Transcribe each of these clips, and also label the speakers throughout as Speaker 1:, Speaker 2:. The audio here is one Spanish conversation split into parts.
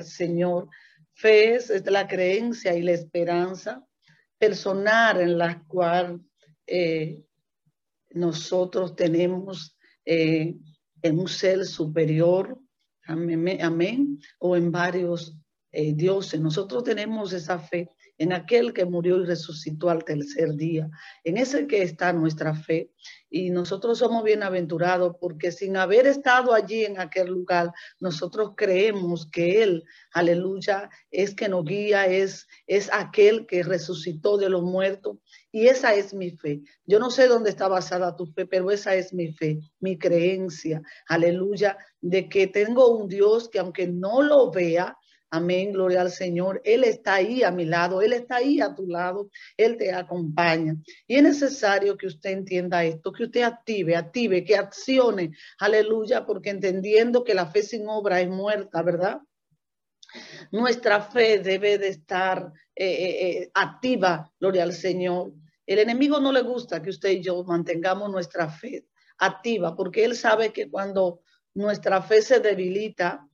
Speaker 1: al Señor. Fe es la creencia y la esperanza personal en la cual nosotros tenemos en un ser superior, amén, amén, o en varios dioses. Nosotros tenemos esa fe en aquel que murió y resucitó al tercer día. En ese que está nuestra fe. Y nosotros somos bienaventurados porque sin haber estado allí en aquel lugar, nosotros creemos que Él, aleluya, es que nos guía, es aquel que resucitó de los muertos. Y esa es mi fe. Yo no sé dónde está basada tu fe, pero esa es mi fe, mi creencia, aleluya, de que tengo un Dios que aunque no lo vea, amén, gloria al Señor, Él está ahí a mi lado, Él está ahí a tu lado, Él te acompaña. Y es necesario que usted entienda esto, que usted active, que accione, aleluya, porque entendiendo que la fe sin obra es muerta, ¿verdad? Nuestra fe debe de estar activa, gloria al Señor. El enemigo no le gusta que usted y yo mantengamos nuestra fe activa, porque él sabe que cuando nuestra fe se debilita,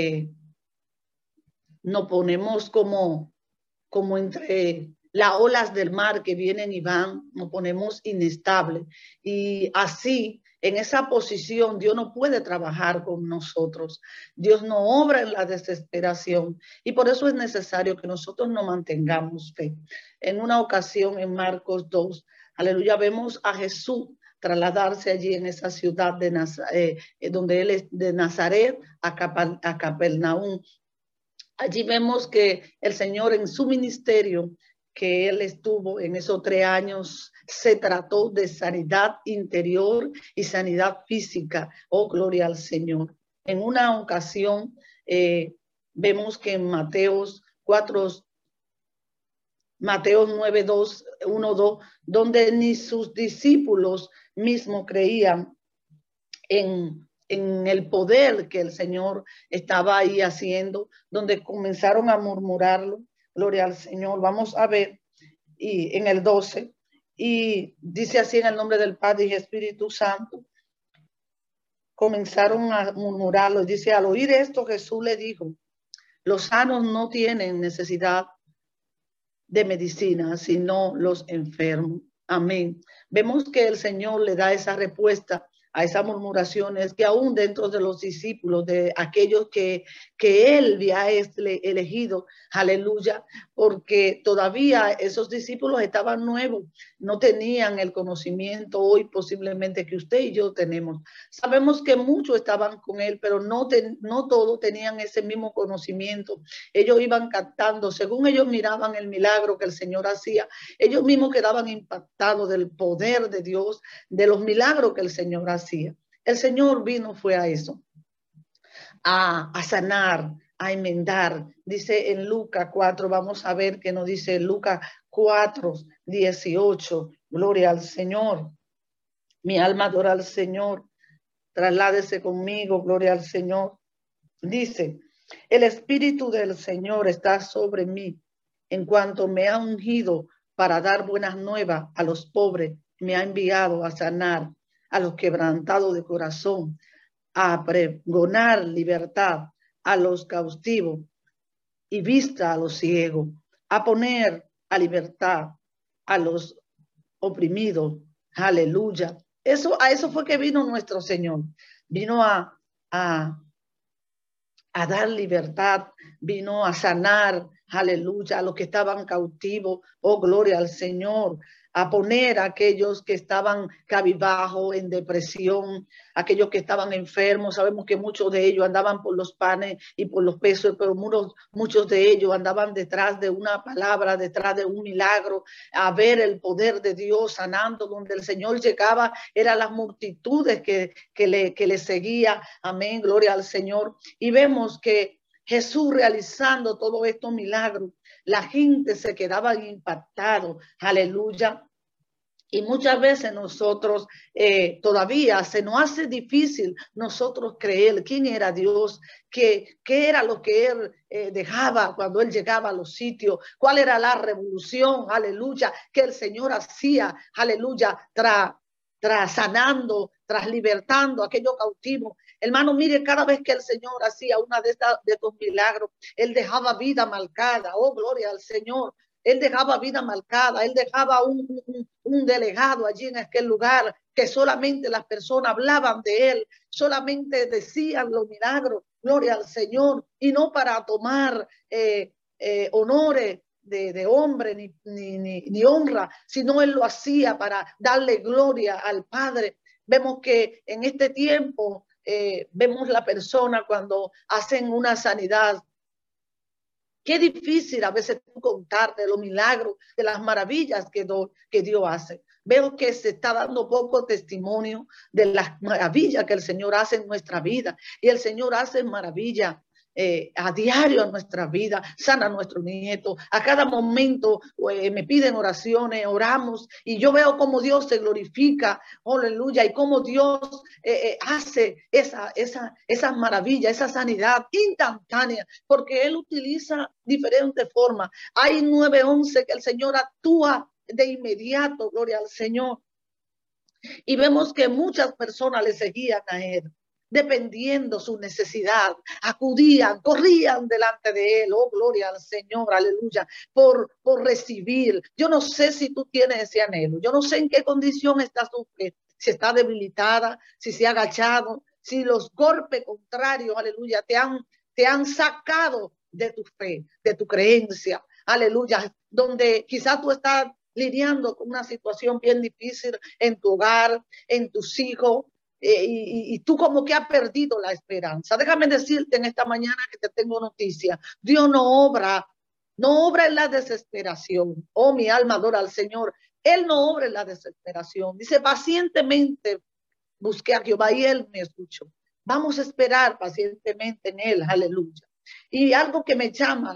Speaker 1: nos ponemos como entre las olas del mar que vienen y van, nos ponemos inestables. Y así, en esa posición, Dios no puede trabajar con nosotros. Dios no obra en la desesperación. Y por eso es necesario que nosotros nos mantengamos fe. En una ocasión, en Marcos 2, aleluya, vemos a Jesús trasladarse allí en esa ciudad de donde él es de Nazaret a Capernaum. Allí vemos que el Señor en su ministerio, que Él estuvo en esos 3 años, se trató de sanidad interior y sanidad física. Oh, gloria al Señor. En una ocasión vemos que en Mateos 9:2, 1:2, donde ni sus discípulos mismos creían en el poder que el Señor estaba ahí haciendo, donde comenzaron a murmurarlo, gloria al Señor. Vamos a ver, y en el 12, y dice así: en el nombre del Padre y Espíritu Santo, comenzaron a murmurarlo. Dice: al oír esto, Jesús le dijo: los sanos no tienen necesidad de medicina, sino los enfermos. Amén. Vemos que el Señor le da esa respuesta a esas murmuraciones que aún dentro de los discípulos, de aquellos que Él había elegido, aleluya, porque todavía esos discípulos estaban nuevos, no tenían el conocimiento hoy posiblemente que usted y yo tenemos. Sabemos que muchos estaban con Él, pero no todos tenían ese mismo conocimiento. Ellos iban captando, según ellos miraban el milagro que el Señor hacía, ellos mismos quedaban impactados del poder de Dios, de los milagros que el Señor hacía. El Señor vino fue a eso, a sanar, a enmendar. Dice en Lucas 4, vamos a ver qué nos dice Lucas 4:18. Gloria al Señor. Mi alma adora al Señor. Trasládese conmigo, gloria al Señor. Dice: el Espíritu del Señor está sobre mí, en cuanto me ha ungido para dar buenas nuevas a los pobres. Me ha enviado a sanar a los quebrantados de corazón, a pregonar libertad a los cautivos y vista a los ciegos, a poner a libertad a los oprimidos. Aleluya. A eso fue que vino nuestro Señor. Vino a dar libertad, vino a sanar, aleluya, a los que estaban cautivos. Oh, gloria al Señor. A poner a aquellos que estaban cabizbajos, en depresión, aquellos que estaban enfermos. Sabemos que muchos de ellos andaban por los panes y por los pesos, pero muchos de ellos andaban detrás de una palabra, detrás de un milagro, a ver el poder de Dios sanando. Donde el Señor llegaba, eran las multitudes que le seguía. Amén, gloria al Señor. Y vemos que Jesús realizando todos estos milagros, la gente se quedaba impactado, aleluya. Y muchas veces nosotros todavía se nos hace difícil nosotros creer quién era Dios, qué era lo que Él dejaba cuando Él llegaba a los sitios, cuál era la revolución, aleluya, que el Señor hacía, aleluya, tras sanando, tras libertando a aquellos cautivos. Hermano, mire, cada vez que el Señor hacía una de estos milagros, Él dejaba vida marcada. Oh, gloria al Señor. Él dejaba vida marcada, Él dejaba un delegado allí en aquel lugar, que solamente las personas hablaban de Él, solamente decían los milagros, gloria al Señor, y no para tomar honores de hombre ni honra, sino Él lo hacía para darle gloria al Padre. Vemos que en este tiempo vemos la persona cuando hacen una sanidad. Qué difícil a veces contar de los milagros, de las maravillas que Dios hace. Veo que se está dando poco testimonio de las maravillas que el Señor hace en nuestra vida. Y el Señor hace maravillas a diario en nuestra vida, sana a nuestros nietos. A cada momento me piden oraciones, oramos y yo veo cómo Dios se glorifica, aleluya, y cómo Dios hace esa maravilla, esa sanidad instantánea, porque Él utiliza diferentes formas. Hay 911 que el Señor actúa de inmediato, gloria al Señor. Y vemos que muchas personas le seguían a Él, dependiendo su necesidad, acudían, corrían delante de Él, oh gloria al Señor, aleluya, por recibir. Yo no sé si tú tienes ese anhelo, yo no sé en qué condición está tu fe, si está debilitada, si se ha agachado, si los golpes contrarios, aleluya, te han sacado de tu fe, de tu creencia, aleluya, donde quizás tú estás lidiando con una situación bien difícil en tu hogar, en tus hijos, y tú como que has perdido la esperanza. Déjame decirte en esta mañana que te tengo noticia. Dios no obra en la desesperación. Oh, mi alma adora al Señor. Él no obra en la desesperación. Dice, pacientemente busqué a Jehová y Él me escuchó. Vamos a esperar pacientemente en Él. Aleluya. Y algo que me llama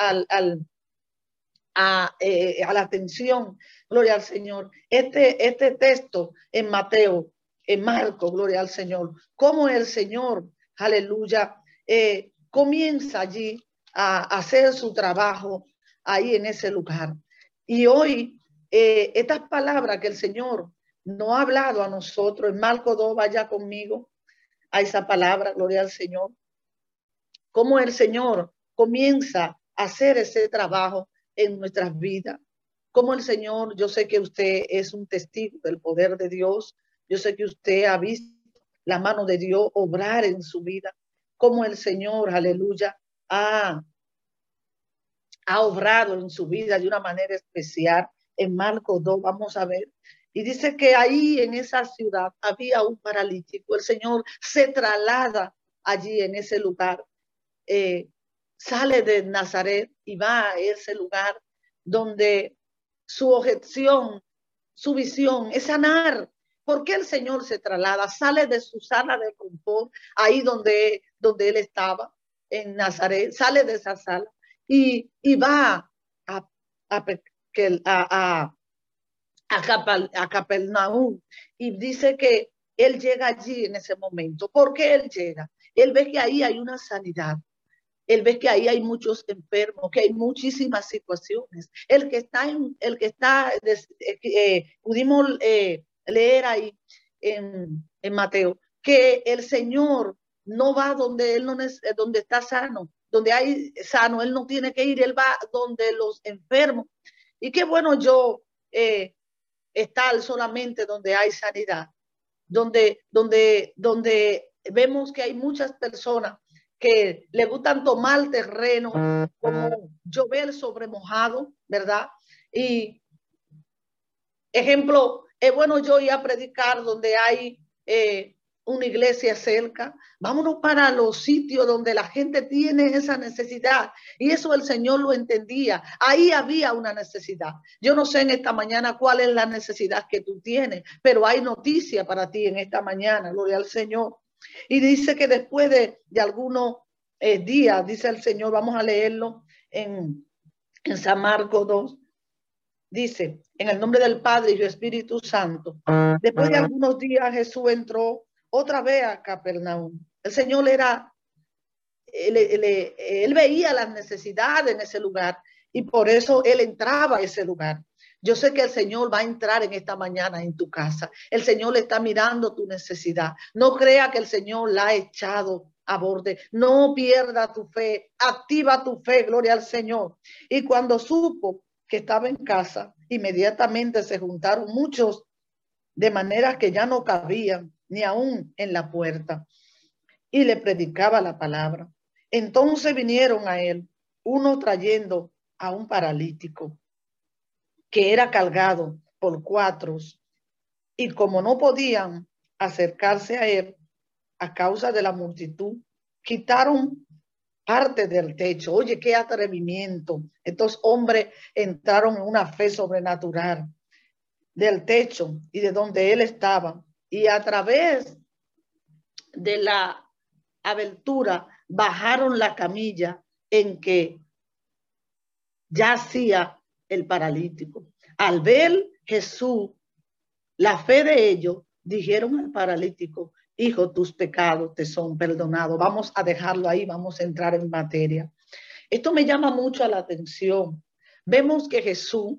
Speaker 1: a la atención, gloria al Señor, este texto en Mateo, en Marcos, gloria al Señor, cómo el Señor, aleluya, comienza allí a hacer su trabajo ahí en ese lugar. Y hoy, estas palabras que el Señor nos ha hablado a nosotros, en Marcos 2, vaya conmigo a esa palabra, gloria al Señor, cómo el Señor comienza a hacer ese trabajo en nuestras vidas. Como el Señor, yo sé que usted es un testigo del poder de Dios. Yo sé que usted ha visto la mano de Dios obrar en su vida. Como el Señor, aleluya, ha obrado en su vida de una manera especial. En Marcos 2, vamos a ver. Y dice que ahí en esa ciudad había un paralítico. El Señor se traslada allí en ese lugar. Sale de Nazaret y va a ese lugar donde su objeción, su visión es sanar. ¿Por qué el Señor se traslada? Sale de su sala de confort, ahí donde él estaba, en Nazaret, sale de esa sala y va a Capernaum, y dice que él llega allí en ese momento. ¿Por qué él llega? Él ve que ahí hay una sanidad. Él ve que ahí hay muchos enfermos, que hay muchísimas situaciones. Pudimos leer ahí en Mateo, que el Señor no va donde él no es, donde está sano, donde hay sano, él no tiene que ir, él va donde los enfermos. Y qué bueno yo estar solamente donde hay sanidad, donde vemos que hay muchas personas que le gustan tomar terreno, como llover sobre mojado, ¿verdad? Y ejemplo, es bueno yo ir a predicar donde hay una iglesia cerca. Vámonos para los sitios donde la gente tiene esa necesidad. Y eso el Señor lo entendía. Ahí había una necesidad. Yo no sé en esta mañana cuál es la necesidad que tú tienes, pero hay noticia para ti en esta mañana, gloria al Señor. Y dice que después de algunos días, dice el Señor, vamos a leerlo en San Marcos 2, dice, en el nombre del Padre y del Espíritu Santo, después de algunos días Jesús entró otra vez a Capernaum. El Señor él veía las necesidades en ese lugar y por eso él entraba a ese lugar. Yo sé que el Señor va a entrar en esta mañana en tu casa. El Señor le está mirando tu necesidad. No crea que el Señor la ha echado a borde. No pierda tu fe. Activa tu fe, gloria al Señor. Y cuando supo que estaba en casa, inmediatamente se juntaron muchos, de manera que ya no cabían ni aún en la puerta, y le predicaba la palabra. Entonces vinieron a él, uno trayendo a un paralítico que era cargado por cuatro, y como no podían acercarse a él a causa de la multitud, quitaron parte del techo. Oye, qué atrevimiento. Estos hombres entraron en una fe sobrenatural del techo y de donde él estaba, y a través de la abertura bajaron la camilla en que yacía el paralítico. Al ver Jesús la fe de ellos, dijeron al paralítico: hijo, tus pecados te son perdonados. Vamos a dejarlo ahí, vamos a entrar en materia. Esto me llama mucho la atención. Vemos que Jesús,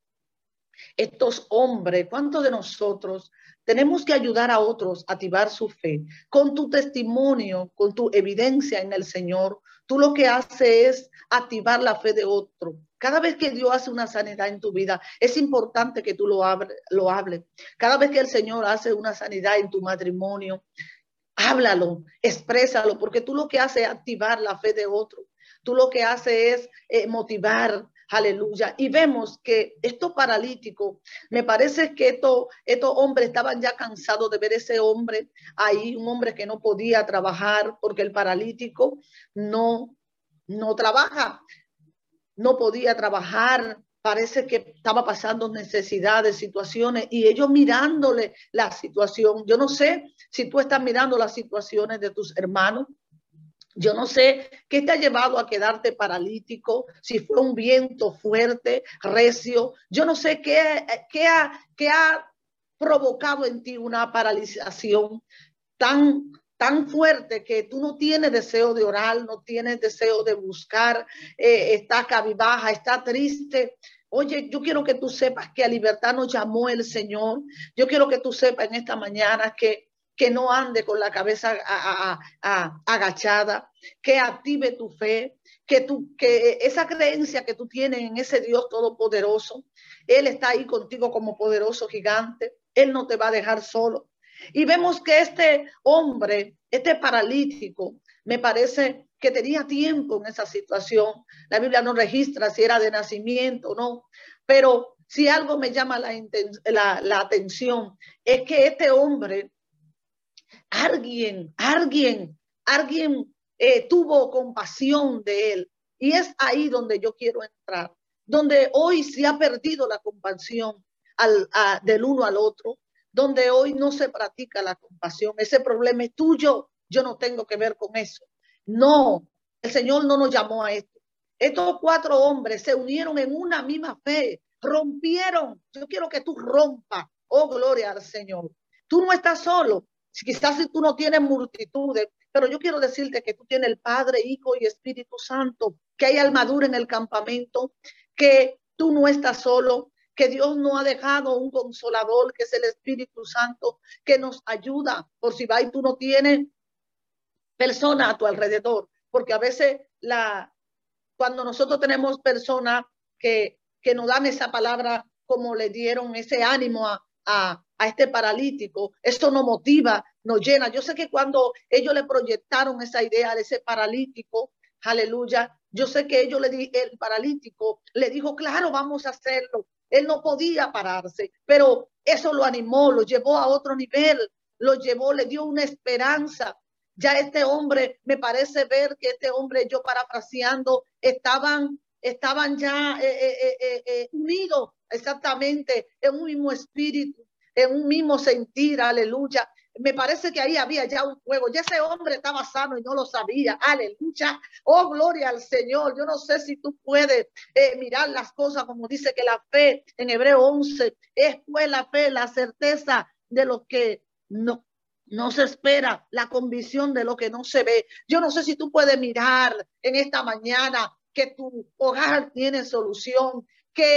Speaker 1: estos hombres, ¿cuántos de nosotros tenemos que ayudar a otros a activar su fe? Con tu testimonio, con tu evidencia en el Señor, tú lo que haces es activar la fe de otro. Cada vez que Dios hace una sanidad en tu vida, es importante que tú lo hables. Cada vez que el Señor hace una sanidad en tu matrimonio, háblalo, exprésalo, porque tú lo que haces es activar la fe de otro. Tú lo que haces es motivar, aleluya. Y vemos que estos paralíticos, me parece que estos hombres estaban ya cansados de ver ese hombre ahí, un hombre que no podía trabajar porque el paralítico no trabaja, no podía trabajar. Parece que estaba pasando necesidades, situaciones, y ellos mirándole la situación. Yo no sé si tú estás mirando las situaciones de tus hermanos. Yo no sé qué te ha llevado a quedarte paralítico, si fue un viento fuerte, recio. Yo no sé qué ha provocado en ti una paralización tan fuerte que tú no tienes deseo de orar, no tienes deseo de buscar, está cabizbaja, está triste. Oye, yo quiero que tú sepas que a libertad nos llamó el Señor. Yo quiero que tú sepas en esta mañana que no ande con la cabeza agachada, que active tu fe, que esa creencia que tú tienes en ese Dios todopoderoso, Él está ahí contigo como poderoso gigante. Él no te va a dejar solo. Y vemos que este hombre, este paralítico, me parece que tenía tiempo en esa situación. La Biblia no registra si era de nacimiento o no, pero si algo me llama la atención es que este hombre, alguien tuvo compasión de él. Y es ahí donde yo quiero entrar, donde hoy se ha perdido la compasión del uno al otro, donde hoy no se practica la compasión. Ese problema es tuyo, yo no tengo que ver con eso. No, el Señor no nos llamó a esto. Estos cuatro hombres se unieron en una misma fe, rompieron. Yo quiero que tú rompas. Oh, gloria al Señor. Tú no estás solo. Quizás si tú no tienes multitudes, pero yo quiero decirte que tú tienes el Padre, Hijo y Espíritu Santo, que hay armadura en el campamento, que tú no estás solo, que Dios no ha dejado un consolador, que es el Espíritu Santo, que nos ayuda por si va y tú no tienes personas a tu alrededor, porque a veces cuando nosotros tenemos personas que nos dan esa palabra, como le dieron ese ánimo a este paralítico, esto nos motiva, nos llena. Yo sé que cuando ellos le proyectaron esa idea de ese paralítico, aleluya, yo sé que el paralítico le dijo, claro, vamos a hacerlo. Él no podía pararse, pero eso lo animó, lo llevó a otro nivel, lo llevó, le dio una esperanza. Ya este hombre, me parece ver que este hombre, yo parafraseando, estaban ya unidos exactamente en un mismo espíritu, en un mismo sentir, aleluya. Me parece que ahí había ya un fuego, ya ese hombre estaba sano y no lo sabía, aleluya. Oh, gloria al Señor. Yo no sé si tú puedes mirar las cosas como dice que la fe en Hebreo 11 es pues la fe, la certeza de lo que no se espera, la convicción de lo que no se ve. Yo no sé si tú puedes mirar en esta mañana que tu hogar tiene solución, que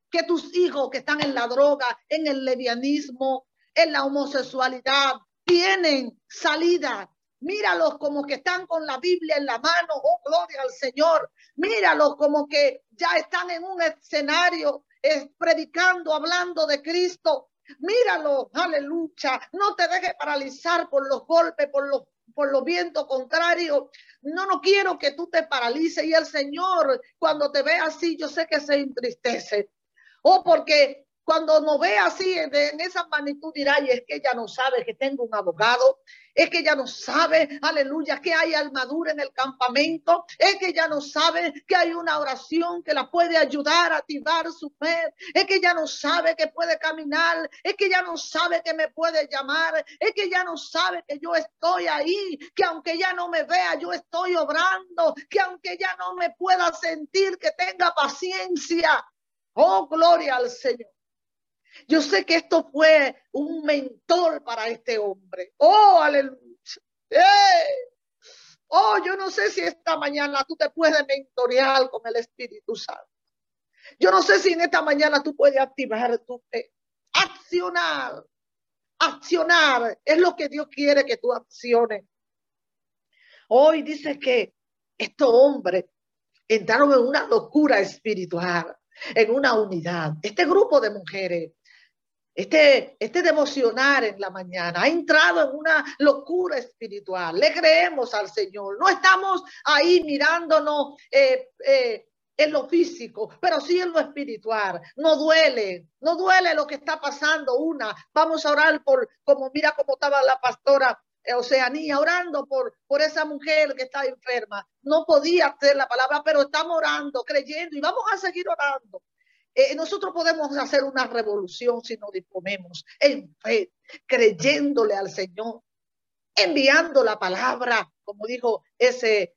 Speaker 1: que tus hijos que están en la droga, en el lesbianismo, en la homosexualidad, tienen salida. Míralos como que están con la Biblia en la mano. Oh, gloria al Señor. Míralos como que ya están en un escenario predicando, hablando de Cristo. Míralo, aleluya. No te dejes paralizar por los golpes, por los vientos contrarios. No quiero que tú te paralices. Y el Señor, cuando te ve así, yo sé que se entristece. Porque cuando nos ve así en esa magnitud dirá, y es que ella no sabe que tengo un abogado, es que ella no sabe, aleluya, que hay armadura en el campamento, es que ella no sabe que hay una oración que la puede ayudar a activar su fe, es que ella no sabe que puede caminar, es que ella no sabe que me puede llamar, es que ella no sabe que yo estoy ahí, que aunque ella no me vea, yo estoy obrando, que aunque ella no me pueda sentir, que tenga paciencia. Oh, gloria al Señor. Yo sé que esto fue un mentor para este hombre. Oh, aleluya. Oh, yo no sé si esta mañana tú te puedes mentorear con el Espíritu Santo. Yo no sé si en esta mañana tú puedes activar tu fe. Accionar. Accionar es lo que Dios quiere que tú acciones. Hoy dice que estos hombres entraron en una locura espiritual, en una unidad. Este grupo de mujeres, este devocionar en la mañana ha entrado en una locura espiritual. Le creemos al Señor. No estamos ahí mirándonos en lo físico, pero sí en lo espiritual. No duele lo que está pasando. Vamos a orar mira cómo estaba la pastora Oceanía orando por esa mujer que está enferma. No podía hacer la palabra, pero estamos orando, creyendo, y vamos a seguir orando. Nosotros podemos hacer una revolución si nos disponemos en fe, creyéndole al Señor, enviando la palabra, como dijo ese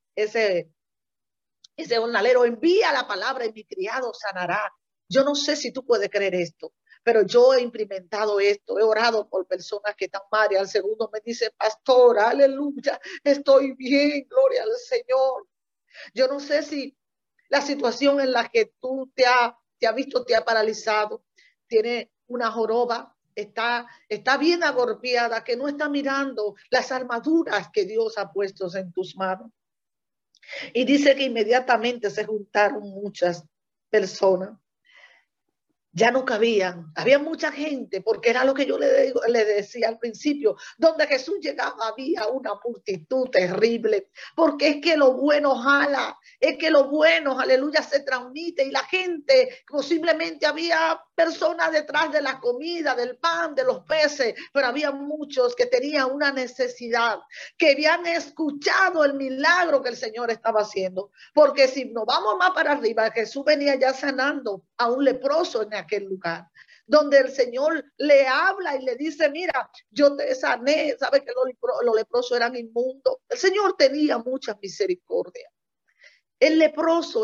Speaker 1: jornalero, envía la palabra y mi criado sanará. Yo no sé si tú puedes creer esto, pero yo he implementado esto, he orado por personas que están mal y al segundo me dice, pastor, aleluya, estoy bien, gloria al Señor. Yo no sé si la situación en la que tú te ha visto, te ha paralizado, tiene una joroba, está bien agorpiada, que no está mirando las armaduras que Dios ha puesto en tus manos. Y dice que inmediatamente se juntaron muchas personas. Ya no cabían, había mucha gente, porque era lo que yo le decía al principio, donde Jesús llegaba había una multitud terrible, porque es que lo bueno jala, es que lo bueno, aleluya, se transmite, y la gente, posiblemente había personas detrás de la comida, del pan, de los peces, pero había muchos que tenían una necesidad, que habían escuchado el milagro que el Señor estaba haciendo, porque si nos vamos más para arriba, Jesús venía ya sanando a un leproso en aquel lugar, donde el Señor le habla y le dice, mira, yo te sané, sabe que los leprosos eran inmundos. El Señor tenía mucha misericordia. El leproso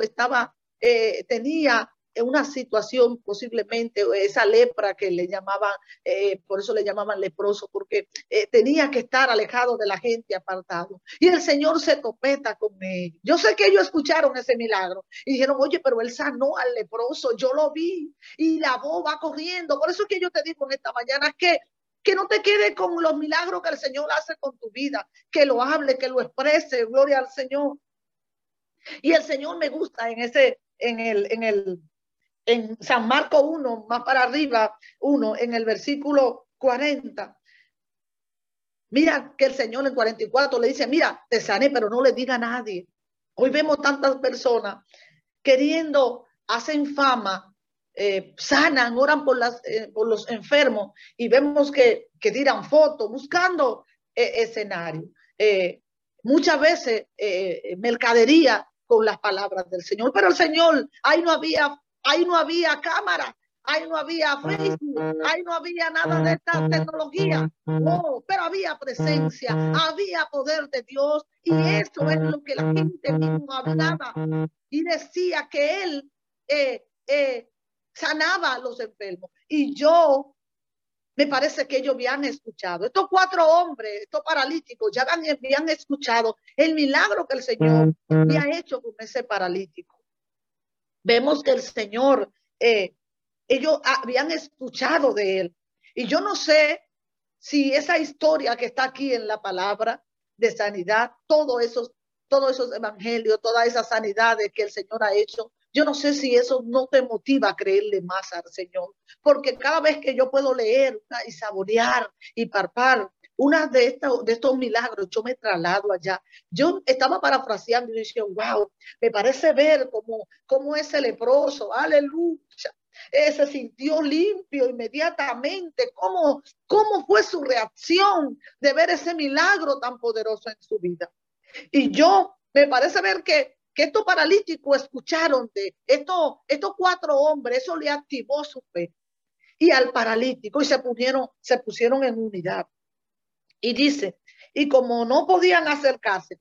Speaker 1: tenía una situación, posiblemente esa lepra que le llamaban, por eso le llamaban leproso, porque tenía que estar alejado de la gente, apartado. Y el Señor se topeta con ellos. Yo sé que ellos escucharon ese milagro y dijeron, oye, pero él sanó al leproso, yo lo vi, y la voz va corriendo. Por eso es que yo te digo en esta mañana que no te quedes con los milagros que el Señor hace con tu vida, que lo hable, que lo exprese, gloria al Señor. Y el Señor me gusta en San Marcos 1, más para arriba, 1, en el versículo 40. Mira que el Señor en 44 le dice, mira, te sané, pero no le diga a nadie. Hoy vemos tantas personas queriendo, hacen fama, sanan, oran por los enfermos, y vemos que tiran fotos, buscando escenario. Muchas veces mercadería con las palabras del Señor, pero el Señor, ahí no había cámara, ahí no había Facebook, ahí no había nada de esta tecnología, no, pero había presencia, había poder de Dios, y eso es lo que la gente mismo hablaba, y decía que él sanaba a los enfermos. Y yo, me parece que ellos habían escuchado, estos 4 hombres, estos paralíticos, ya habían escuchado el milagro que el Señor había hecho con ese paralítico. Vemos que el Señor Ellos habían escuchado de él. Y yo no sé si esa historia que está aquí en la palabra de sanidad, todos esos evangelios, todas esas sanidades que el Señor ha hecho, yo no sé si eso no te motiva a creerle más al Señor, porque cada vez que yo puedo leer y saborear y palpar una de estos milagros, yo me traslado allá. Yo estaba parafraseando y decía, wow, me parece ver cómo ese leproso, aleluya, se sintió limpio inmediatamente. ¿Cómo fue su reacción de ver ese milagro tan poderoso en su vida? Y yo me parece ver que estos paralíticos escucharon de estos 4 hombres, eso le activó su fe. Y al paralítico, y se pusieron en unidad. Y dice, y como no podían acercarse,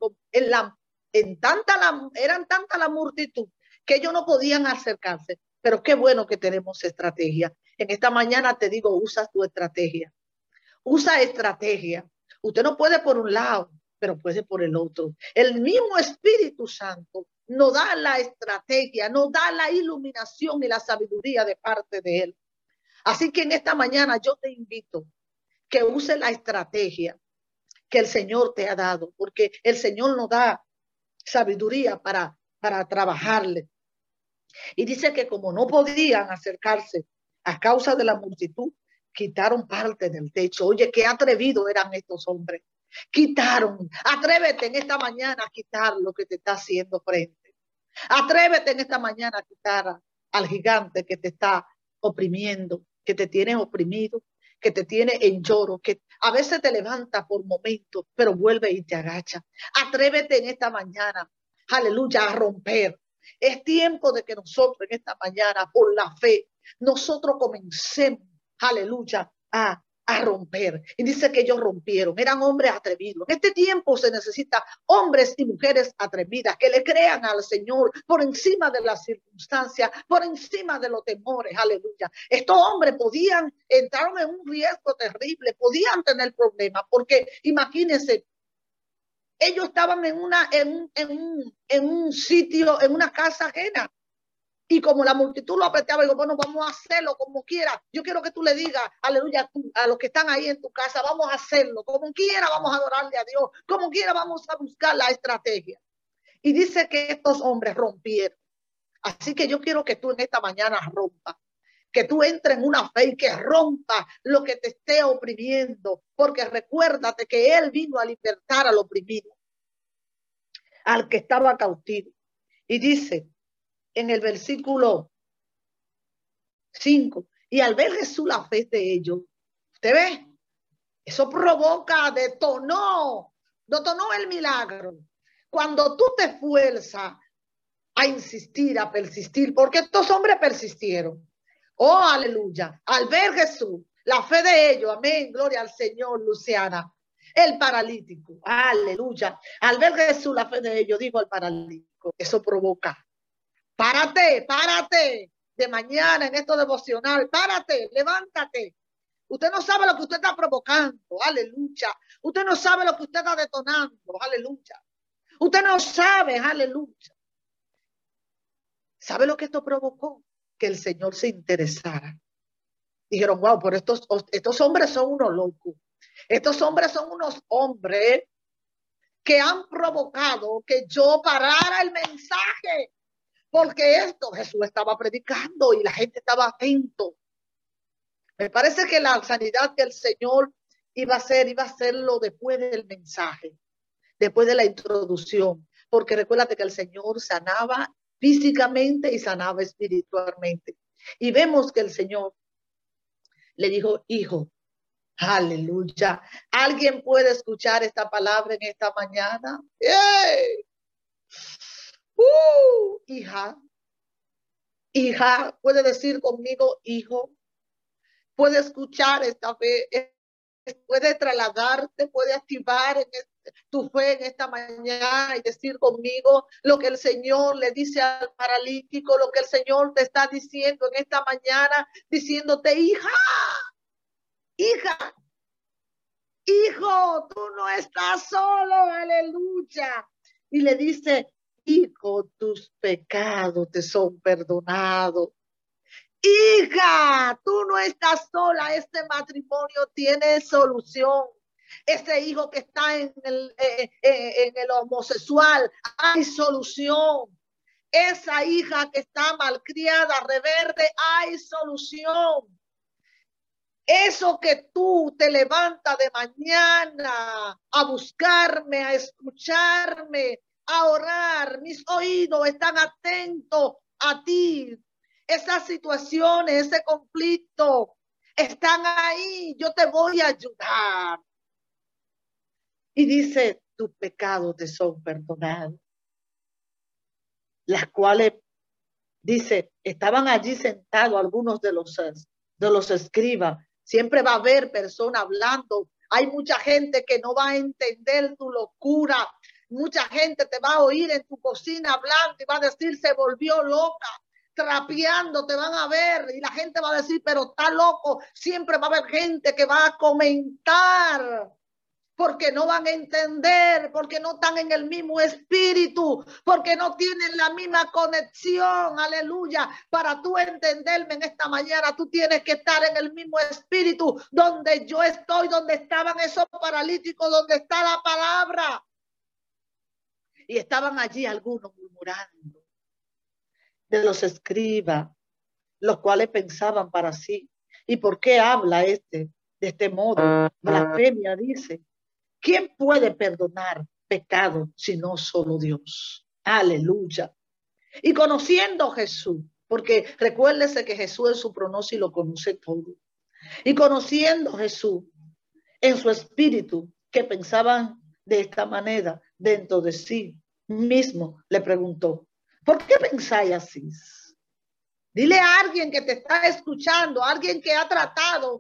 Speaker 1: eran tanta la multitud que ellos no podían acercarse. Pero qué bueno que tenemos estrategia. En esta mañana te digo, usa tu estrategia. Usa estrategia. Usted no puede por un lado, pero puede por el otro. El mismo Espíritu Santo nos da la estrategia, nos da la iluminación y la sabiduría de parte de Él. Así que en esta mañana yo te invito que use la estrategia que el Señor te ha dado, porque el Señor nos da sabiduría para trabajarle. Y dice que como no podían acercarse a causa de la multitud, quitaron parte del techo. Oye, qué atrevidos eran estos hombres. Quitaron. Atrévete en esta mañana a quitar lo que te está haciendo frente. Atrévete en esta mañana a quitar al gigante que te está oprimiendo, que te tiene oprimido, que te tiene en lloro, que a veces te levanta por momentos, pero vuelve y te agacha. Atrévete en esta mañana, aleluya, a romper. Es tiempo de que nosotros en esta mañana, por la fe, nosotros comencemos, aleluya, a romper. Y dice que ellos rompieron, eran hombres atrevidos. En este tiempo se necesita hombres y mujeres atrevidas que le crean al Señor por encima de las circunstancias, por encima de los temores, aleluya. Estos hombres entraron en un riesgo terrible, podían tener problemas, porque imagínense, ellos estaban en un sitio, en una casa ajena. Y como la multitud lo apretaba, digo, bueno, vamos a hacerlo como quiera. Yo quiero que tú le digas, aleluya, a los que están ahí en tu casa, vamos a hacerlo. Como quiera vamos a adorarle a Dios. Como quiera vamos a buscar la estrategia. Y dice que estos hombres rompieron. Así que yo quiero que tú en esta mañana rompas. Que tú entres en una fe y que rompa lo que te esté oprimiendo. Porque recuérdate que Él vino a libertar al oprimido, al que estaba cautivo. Y dice en el versículo 5, y al ver Jesús la fe de ellos, ¿usted ve? Eso provoca, detonó el milagro. Cuando tú te esfuerzas a insistir, a persistir, porque estos hombres persistieron. Oh, aleluya. Al ver Jesús, la fe de ellos, amén, gloria al Señor, Luciana. El paralítico, aleluya. Al ver Jesús, la fe de ellos, dijo al paralítico, eso provoca. Párate de mañana en esto devocional, párate, levántate. Usted no sabe lo que usted está provocando, aleluya. Usted no sabe lo que usted está detonando, aleluya. Usted no sabe, aleluya. ¿Sabe lo que esto provocó? Que el Señor se interesara. Dijeron, wow, pero estos hombres son unos locos. Estos hombres son unos hombres que han provocado que yo parara el mensaje. Porque esto Jesús estaba predicando y la gente estaba atento. Me parece que la sanidad que el Señor iba a hacerlo después del mensaje, después de la introducción. Porque recuérdate que el Señor sanaba físicamente y sanaba espiritualmente. Y vemos que el Señor le dijo, hijo, aleluya. ¿Alguien puede escuchar esta palabra en esta mañana? ¡Hey! Hija, puede decir conmigo, hijo, puede escuchar esta fe, puede trasladarte, puede activar tu fe en esta mañana y decir conmigo lo que el Señor le dice al paralítico, lo que el Señor te está diciendo en esta mañana, diciéndote, hija, hijo, tú no estás solo, aleluya. Y le dice, hijo, tus pecados te son perdonados.
Speaker 2: hija, tú no estás sola, este matrimonio tiene solución. Ese hijo que está en el homosexual, hay solución. Esa hija que está malcriada, reverde, hay solución. Eso que tú te levantas de mañana a buscarme, a escucharme, a orar, mis oídos están atentos a ti. Esas situaciones, ese conflicto, están ahí. Yo te voy a ayudar. Y dice, tus pecados te son perdonados. Las cuales, dice, estaban allí sentados algunos de los escribas. Siempre va a haber personas hablando. Hay mucha gente que no va a entender tu locura. Mucha gente te va a oír en tu cocina hablando y va a decir, se volvió loca, trapeando, te van a ver. Y la gente va a decir, pero está loco. Siempre va a haber gente que va a comentar, porque no van a entender, porque no están en el mismo espíritu, porque no tienen la misma conexión, aleluya. Para tú entenderme en esta mañana, tú tienes que estar en el mismo espíritu donde yo estoy, donde estaban esos paralíticos, donde está la palabra. Y estaban allí algunos murmurando de los escribas, los cuales pensaban para sí, ¿y por qué habla de este modo? Blasfemia, dice. ¿Quién puede perdonar pecado si no solo Dios? Aleluya. Y conociendo a Jesús, porque recuérdese que Jesús en su pronóstico lo conoce todo. Y conociendo a Jesús en su espíritu, que pensaban de esta manera dentro de sí mismo, le preguntó, ¿por qué pensáis así? Dile a alguien que te está escuchando, a alguien que ha tratado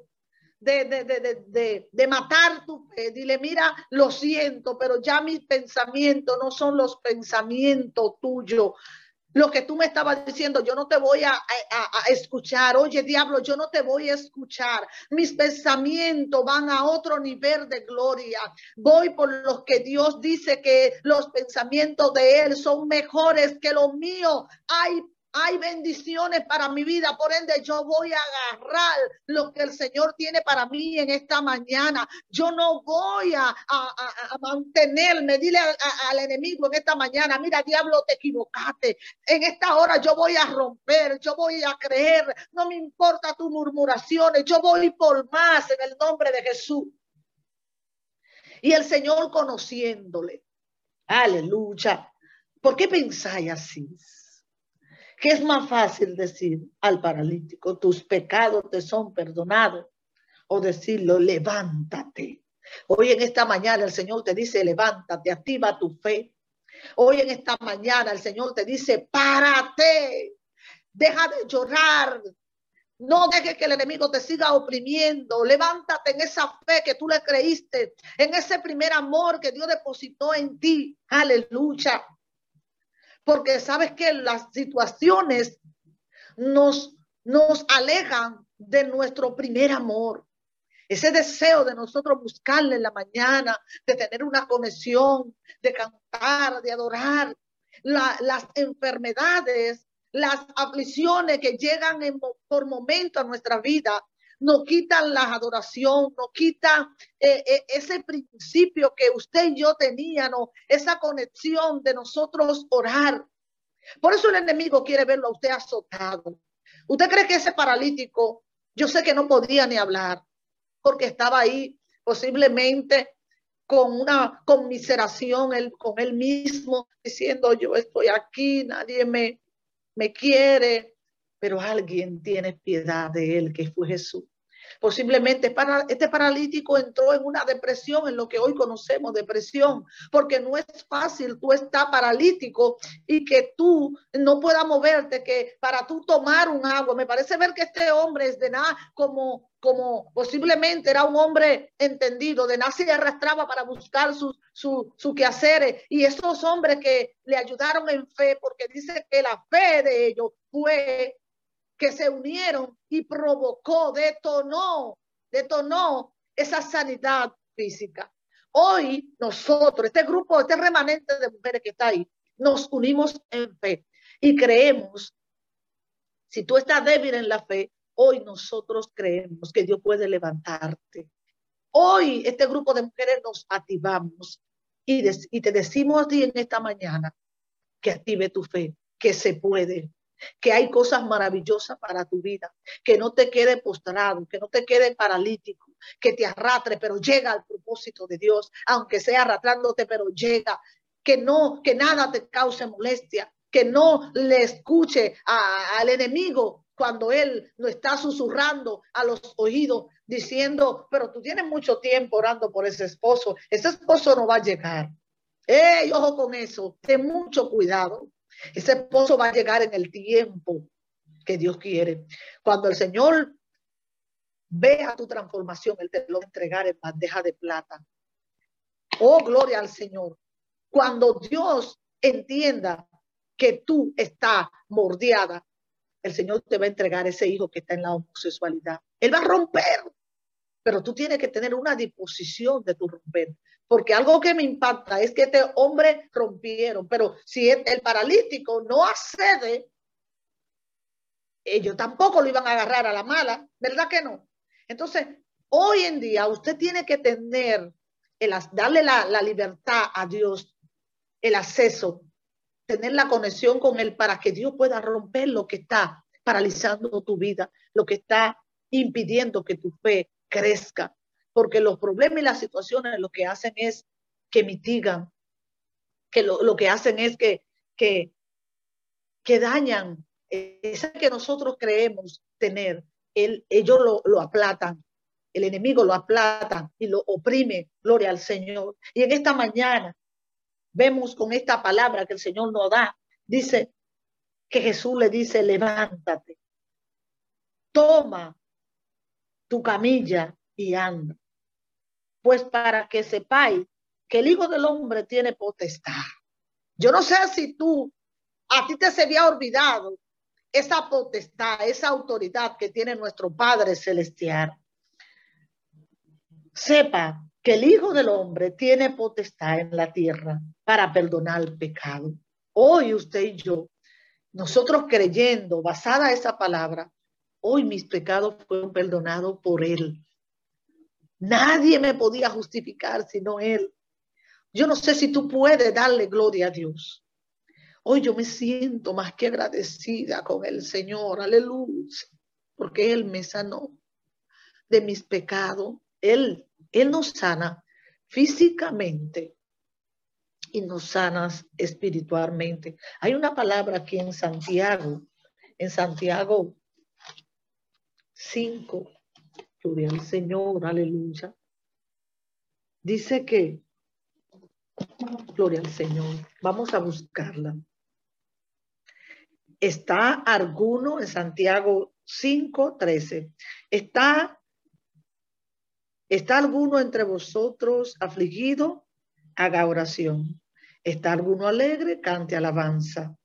Speaker 2: de matar tu fe. Dile, mira, lo siento, pero ya mis pensamientos no son los pensamientos tuyos. Lo que tú me estabas diciendo, yo no te voy a escuchar. Oye, diablo, yo no te voy a escuchar. Mis pensamientos van a otro nivel de gloria. Voy por los que Dios dice que los pensamientos de Él son mejores que los míos. Hay bendiciones para mi vida, por ende yo voy a agarrar lo que el Señor tiene para mí en esta mañana. Yo no voy a mantenerme, dile al enemigo en esta mañana, mira, diablo, te equivocaste. En esta hora yo voy a romper, yo voy a creer, no me importa tus murmuraciones, yo voy por más en el nombre de Jesús. Y el Señor conociéndole, aleluya, ¿por qué pensáis así? ¿Qué es más fácil decir al paralítico, tus pecados te son perdonados? O decirlo, levántate. Hoy en esta mañana el Señor te dice, levántate, activa tu fe. Hoy en esta mañana el Señor te dice, párate, deja de llorar. No dejes que el enemigo te siga oprimiendo. Levántate en esa fe que tú le creíste, en ese primer amor que Dios depositó en ti. Aleluya. Porque sabes que las situaciones nos alejan de nuestro primer amor. Ese deseo de nosotros buscarle en la mañana, de tener una conexión, de cantar, de adorar. Las enfermedades, las aflicciones que llegan por momento a nuestra vida, nos quitan la adoración, nos quitan ese principio que usted y yo teníamos, esa conexión de nosotros orar. Por eso el enemigo quiere verlo a usted azotado. ¿Usted cree que ese paralítico, yo sé que no podía ni hablar, porque estaba ahí posiblemente con una conmiseración con él mismo, diciendo, yo estoy aquí, nadie me quiere, pero alguien tiene piedad de él, que fue Jesús. Posiblemente este paralítico entró en una depresión, en lo que hoy conocemos depresión, porque no es fácil tú estar paralítico y que tú no puedas moverte, que para tú tomar un agua. Me parece ver que este hombre es de nada, como posiblemente era un hombre entendido, de nada se arrastraba para buscar su quehaceres, y esos hombres que le ayudaron en fe, porque dice que la fe de ellos fue que se unieron y provocó, detonó esa sanidad física. Hoy nosotros, este grupo, este remanente de mujeres que está ahí, nos unimos en fe y creemos Si tú estás débil en la fe, hoy nosotros creemos que Dios puede levantarte. Hoy este grupo de mujeres nos activamos y te decimos a ti en esta mañana que active tu fe, que se puede, que hay cosas maravillosas para tu vida, que no te quede postrado, que no te quede paralítico, que te arrastre, pero llega al propósito de Dios, aunque sea arrastrándote, pero llega, que nada te cause molestia, que no le escuche al enemigo cuando él lo está susurrando a los oídos, diciendo, pero tú tienes mucho tiempo orando por ese esposo no va a llegar. ¡Ey, ojo con eso! Ten mucho cuidado. Ese esposo va a llegar en el tiempo que Dios quiere. Cuando el Señor vea tu transformación, Él te lo va a entregar en bandeja de plata. Oh, gloria al Señor. Cuando Dios entienda que tú estás mordiada, el Señor te va a entregar ese hijo que está en la homosexualidad. Él va a romper, pero tú tienes que tener una disposición de tu romper. Porque algo que me impacta es que este hombre rompieron, pero si el paralítico no accede, ellos tampoco lo iban a agarrar a la mala, ¿verdad que no? Entonces, hoy en día usted tiene que tener, darle la libertad a Dios, el acceso, tener la conexión con Él para que Dios pueda romper lo que está paralizando tu vida, lo que está impidiendo que tu fe crezca. Porque los problemas y las situaciones lo que hacen es que mitigan, que lo que hacen es que dañan esa que nosotros creemos tener. Ellos lo aplatan, el enemigo lo aplata y lo oprime, gloria al Señor. Y en esta mañana vemos con esta palabra que el Señor nos da, dice que Jesús le dice, levántate, toma tu camilla y anda. Pues para que sepáis que el Hijo del Hombre tiene potestad. Yo no sé si a ti te se había olvidado esa potestad, esa autoridad que tiene nuestro Padre Celestial. Sepa que el Hijo del Hombre tiene potestad en la tierra para perdonar el pecado. Hoy usted y yo, nosotros creyendo, basada esa palabra, hoy mis pecados fueron perdonados por Él. Nadie me podía justificar sino Él. Yo no sé si tú puedes darle gloria a Dios. Hoy yo me siento más que agradecida con el Señor, aleluya, porque Él me sanó de mis pecados. Él nos sana físicamente y nos sana espiritualmente. Hay una palabra aquí en Santiago 5, gloria al Señor, aleluya. Dice que, gloria al Señor, vamos a buscarla. Está alguno en Santiago 5:13. ¿Está alguno entre vosotros afligido? Haga oración. ¿Está alguno alegre? Cante alabanza.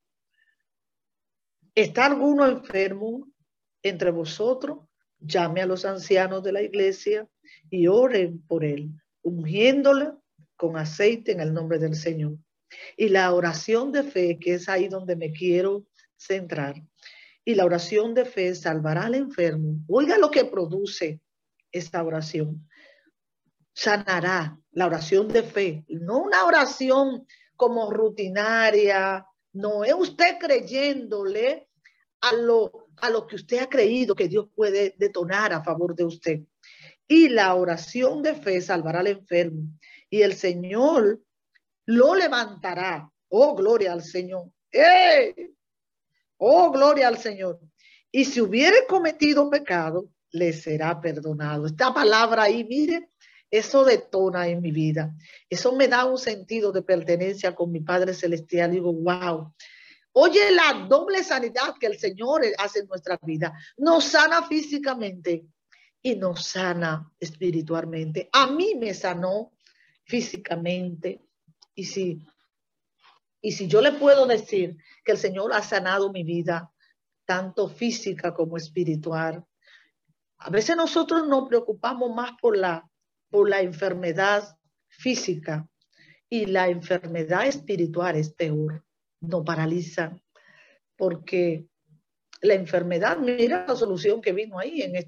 Speaker 2: ¿Está alguno enfermo entre vosotros? Llame a los ancianos de la iglesia y oren por él, ungiéndola con aceite en el nombre del Señor. Y la oración de fe, que es ahí donde me quiero centrar, y la oración de fe salvará al enfermo. Oiga lo que produce esta oración. Sanará, la oración de fe, no una oración como rutinaria, no es usted creyéndole a lo que usted ha creído que Dios puede detonar a favor de usted. Y la oración de fe salvará al enfermo y el Señor lo levantará. Oh, gloria al Señor. ¡Eh! Oh, gloria al Señor. Y si hubiere cometido pecado, le será perdonado. Esta palabra ahí, mire, eso detona en mi vida. Eso me da un sentido de pertenencia con mi Padre Celestial. Digo, wow. Oye, la doble sanidad que el Señor hace en nuestra vida. Nos sana físicamente y nos sana espiritualmente. A mí me sanó físicamente. Y si yo le puedo decir que el Señor ha sanado mi vida, tanto física como espiritual, a veces nosotros nos preocupamos más por la enfermedad física y la enfermedad espiritual es peor, nos paraliza porque
Speaker 1: La enfermedad, mira la solución que vino ahí en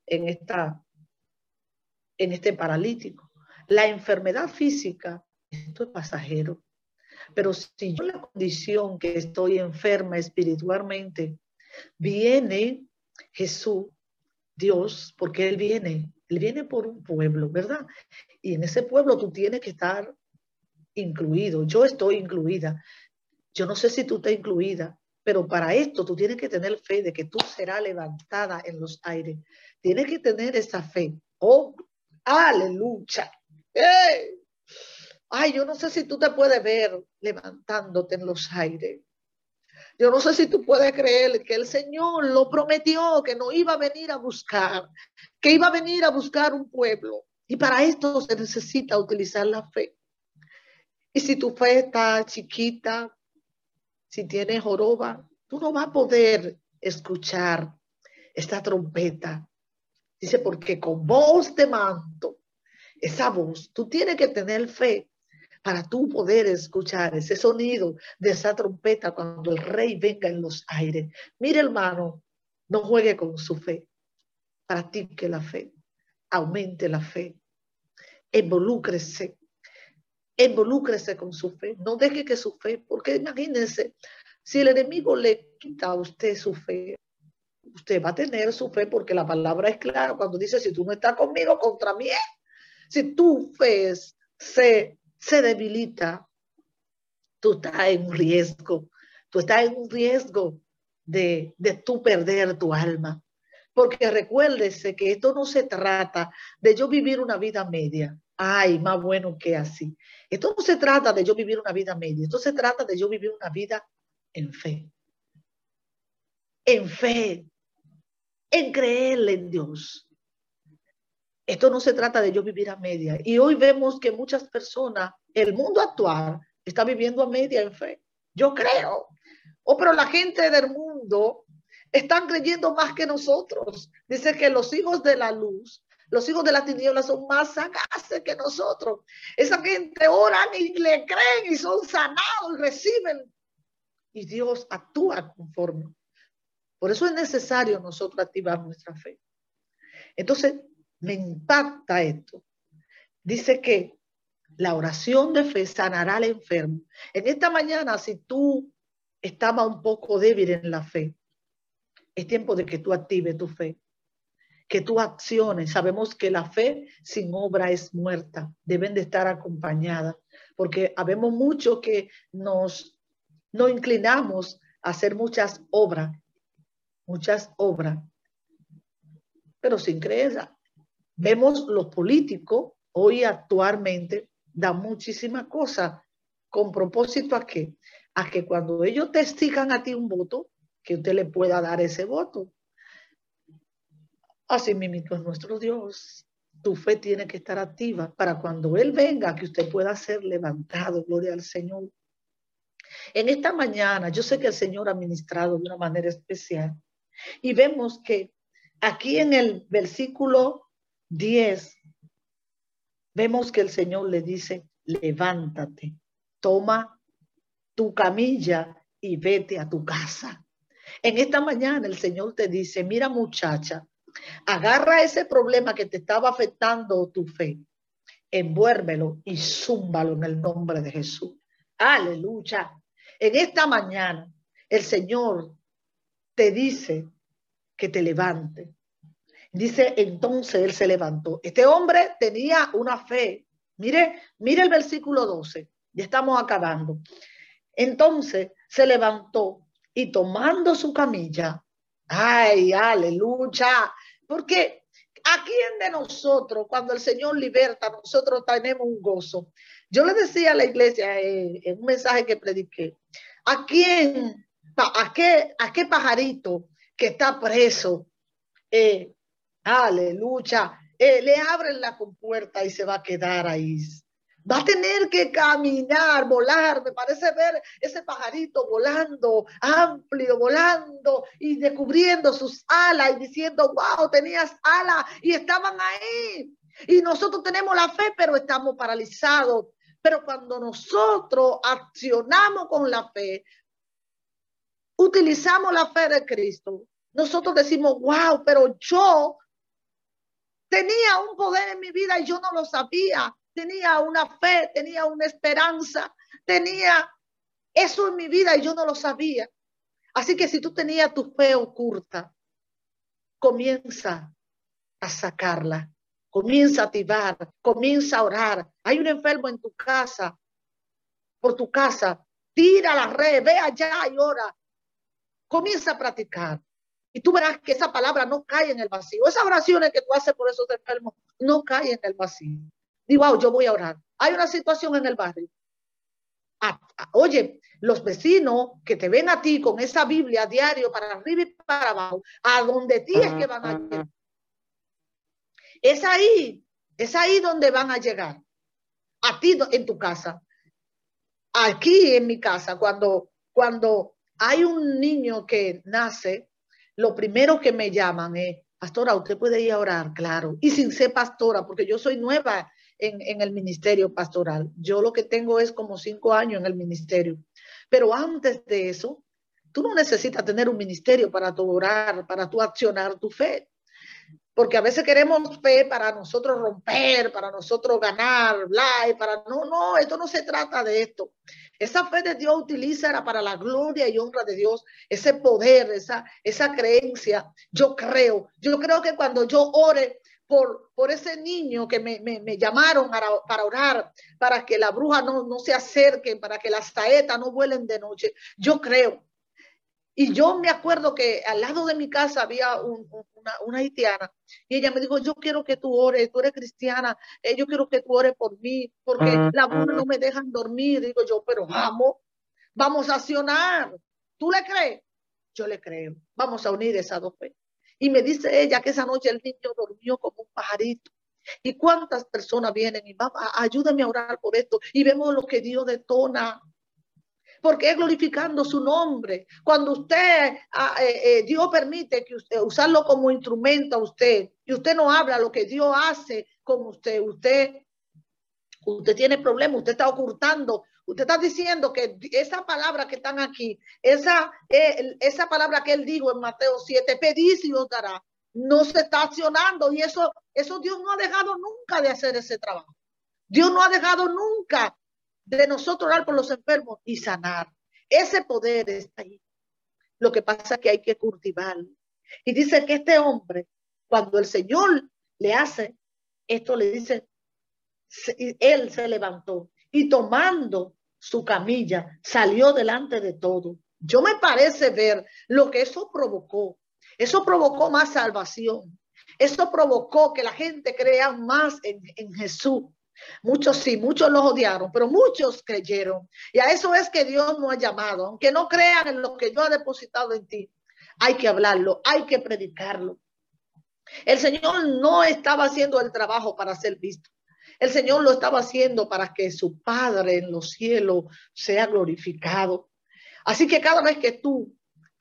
Speaker 1: este paralítico. La enfermedad física, esto es pasajero. Pero si yo en la condición que estoy enferma espiritualmente, viene Jesús, Dios, porque Él viene por un pueblo, ¿verdad? Y en ese pueblo tú tienes que estar incluido. Yo estoy incluida. Yo no sé si tú estás incluida, pero para esto tú tienes que tener fe de que tú serás levantada en los aires. Tienes que tener esa fe. Oh, aleluya. ¡Hey! Ay, yo no sé si tú te puedes ver levantándote en los aires. Yo no sé si tú puedes creer que el Señor lo prometió, que no iba a venir a buscar, que iba a venir a buscar un pueblo. Y para esto se necesita utilizar la fe. Y si tu fe está chiquita, si tienes joroba, tú no vas a poder escuchar esta trompeta. Dice, porque con voz de manto, esa voz, tú tienes que tener fe para tú poder escuchar ese sonido de esa trompeta cuando el rey venga en los aires. Mire, hermano, no juegue con su fe. Practique la fe. Aumente la fe. Involúcrese. Involúcrese con su fe. No deje que su fe, porque imagínense, si el enemigo le quita a usted su fe, usted va a tener su fe porque la palabra es clara cuando dice, si tú no estás conmigo, contra mí. Si tu fe se debilita, tú estás en un riesgo. Tú estás en un riesgo de tú perder tu alma. Porque recuérdese que esto no se trata de yo vivir una vida media. Ay, más bueno que así. Esto no se trata de yo vivir una vida media. Esto se trata de yo vivir una vida en fe. En fe. En creerle en Dios. Esto no se trata de yo vivir a media. Y hoy vemos que muchas personas, el mundo actual, está viviendo a media en fe. Yo creo. Oh, pero la gente del mundo están creyendo más que nosotros. Dice que los hijos de la luz, los hijos de la tiniebla son más sagaces que nosotros. Esa gente oran y le creen y son sanados y reciben. Y Dios actúa conforme. Por eso es necesario nosotros activar nuestra fe. Entonces, me impacta esto. Dice que la oración de fe sanará al enfermo. En esta mañana, si tú estabas un poco débil en la fe, es tiempo de que tú actives tu fe, que tú acciones. Sabemos que la fe sin obra es muerta, deben de estar acompañadas, porque habemos mucho que nos inclinamos a hacer muchas obras, pero sin creer. Vemos los políticos hoy actualmente dan muchísimas cosas con propósito a qué? A que cuando ellos te exijan a ti un voto, que usted le pueda dar ese voto. Así mismo es nuestro Dios. Tu fe tiene que estar activa para cuando Él venga, que usted pueda ser levantado. Gloria al Señor. En esta mañana, yo sé que el Señor ha ministrado de una manera especial. Y vemos que aquí en el versículo 10, vemos que el Señor le dice, levántate, toma tu camilla y vete a tu casa. En esta mañana el Señor te dice, mira muchacha, agarra ese problema que te estaba afectando tu fe, envuélvelo y zúmbalo en el nombre de Jesús. Aleluya. En esta mañana el Señor te dice que te levante. Dice, entonces él se levantó. Este hombre tenía una fe. Mire el versículo 12. Ya estamos acabando. Entonces se levantó y tomando su camilla, ay, aleluya, porque ¿a quién de nosotros, cuando el Señor liberta, nosotros tenemos un gozo? Yo le decía a la iglesia en un mensaje que prediqué, ¿a qué pajarito que está preso? Aleluya, le abren la compuerta y se va a quedar ahí. Va a tener que caminar, volar. Me parece ver ese pajarito volando, amplio, volando y descubriendo sus alas y diciendo, wow, tenías alas y estaban ahí. Y nosotros tenemos la fe, pero estamos paralizados. Pero cuando nosotros accionamos con la fe,
Speaker 2: utilizamos la fe de Cristo, nosotros decimos, wow, pero yo tenía un poder en mi vida y yo no lo sabía. Tenía una fe, tenía una esperanza, tenía eso en mi vida y yo no lo sabía. Así que si tú tenías tu fe oculta, comienza a sacarla, comienza a activar, comienza a orar. Hay un enfermo en tu casa, por tu casa, tira la red, ve allá y ora. Comienza a practicar. Y tú verás que esa palabra no cae en el vacío. Esas oraciones que tú haces por esos enfermos no caen en el vacío. Digo, wow, yo voy a orar. Hay una situación en el barrio. Oye, los vecinos que te ven a ti con esa Biblia diario para arriba y para abajo, a donde ti es que van a llegar. Es ahí donde van a llegar. A ti en tu casa. Aquí en mi casa, cuando hay un niño que nace, lo primero que me llaman es, pastora, ¿usted puede ir a orar? Claro. Y sin ser pastora, porque yo soy nueva en el ministerio pastoral. Yo lo que tengo es como 5 años en el ministerio. Pero antes de eso, tú no necesitas tener un ministerio para tu orar, para tu accionar tu fe. Porque a veces queremos fe para nosotros romper, para nosotros ganar, bla, y para no, esto no se trata de esto. Esa fe de Dios utiliza para la gloria y honra de Dios, ese poder, esa creencia. Yo creo que cuando yo ore por ese niño que me llamaron para orar, para que la bruja no se acerquen, para que las saetas no vuelen de noche, yo creo. Y yo me acuerdo que al lado de mi casa había una haitiana y ella me dijo, yo quiero que tú ores, tú eres cristiana, yo quiero que tú ores por mí, porque la bruja no me dejan dormir. Digo yo, pero vamos a accionar. ¿Tú le crees? Yo le creo. Vamos a unir esas dos fe. Y me dice ella que esa noche el niño durmió como un pajarito. ¿Y cuántas personas vienen y mamá, ayúdame a orar por esto? Y vemos lo que Dios detona. Porque es glorificando su nombre. Cuando usted, Dios permite que usted usarlo como instrumento a usted, y usted no habla lo que Dios hace con usted, usted tiene problemas, usted está ocultando, usted está diciendo que esa palabra que están aquí, esa palabra que él dijo en Mateo 7, pedid y os dará, no se está accionando, y eso Dios no ha dejado nunca de hacer ese trabajo. Dios no ha dejado nunca de nosotros orar por los enfermos y sanar. Ese poder está ahí. Lo que pasa es que hay que cultivarlo. Y dice que este hombre, cuando el Señor le hace esto, le dice, él se levantó y tomando su camilla salió delante de todo. Yo me parece ver lo que eso provocó. Eso provocó más salvación. Eso provocó que la gente crea más en Jesús. Muchos sí, muchos los odiaron, pero muchos creyeron. Y a eso es que Dios nos ha llamado. Aunque no crean en lo que Dios ha depositado en ti, hay que hablarlo, hay que predicarlo. El Señor no estaba haciendo el trabajo para ser visto. El Señor lo estaba haciendo para que su Padre en los cielos sea glorificado. Así que cada vez que tú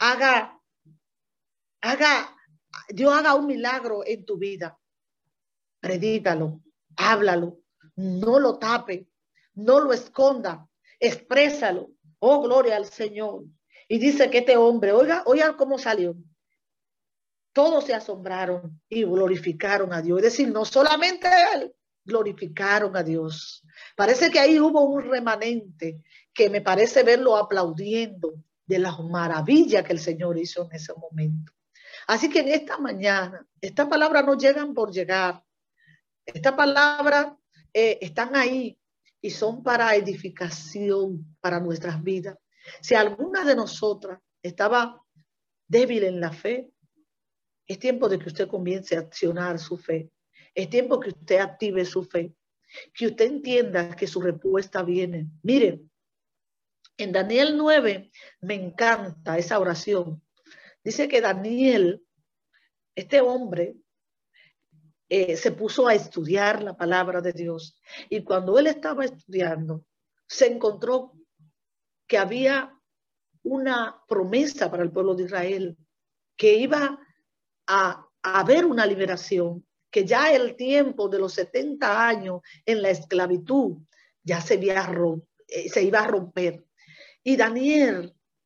Speaker 2: Dios haga un milagro en tu vida, predícalo, háblalo. No lo tape, no lo esconda, exprésalo. Oh, gloria al Señor. Y dice que este hombre, oiga cómo salió. Todos se asombraron y glorificaron a Dios. Es decir, no solamente él, glorificaron a Dios. Parece que ahí hubo un remanente que me parece verlo aplaudiendo de las maravillas que el Señor hizo en ese momento. Así que en esta mañana, esta palabra no llegan por llegar. Esta palabra están ahí y son para edificación para nuestras vidas. Si alguna de nosotras estaba débil en la fe, es tiempo de que usted comience a accionar su fe. Es tiempo que usted active su fe. Que usted entienda que su respuesta viene. Mire, en Daniel 9 me encanta esa oración. Dice que Daniel, este hombre, se puso a estudiar la palabra de Dios. Y cuando él estaba estudiando, se encontró que había una promesa para el pueblo de Israel, que iba a haber una liberación, que ya el tiempo de los 70 años en la esclavitud ya se iba a romper. Y Daniel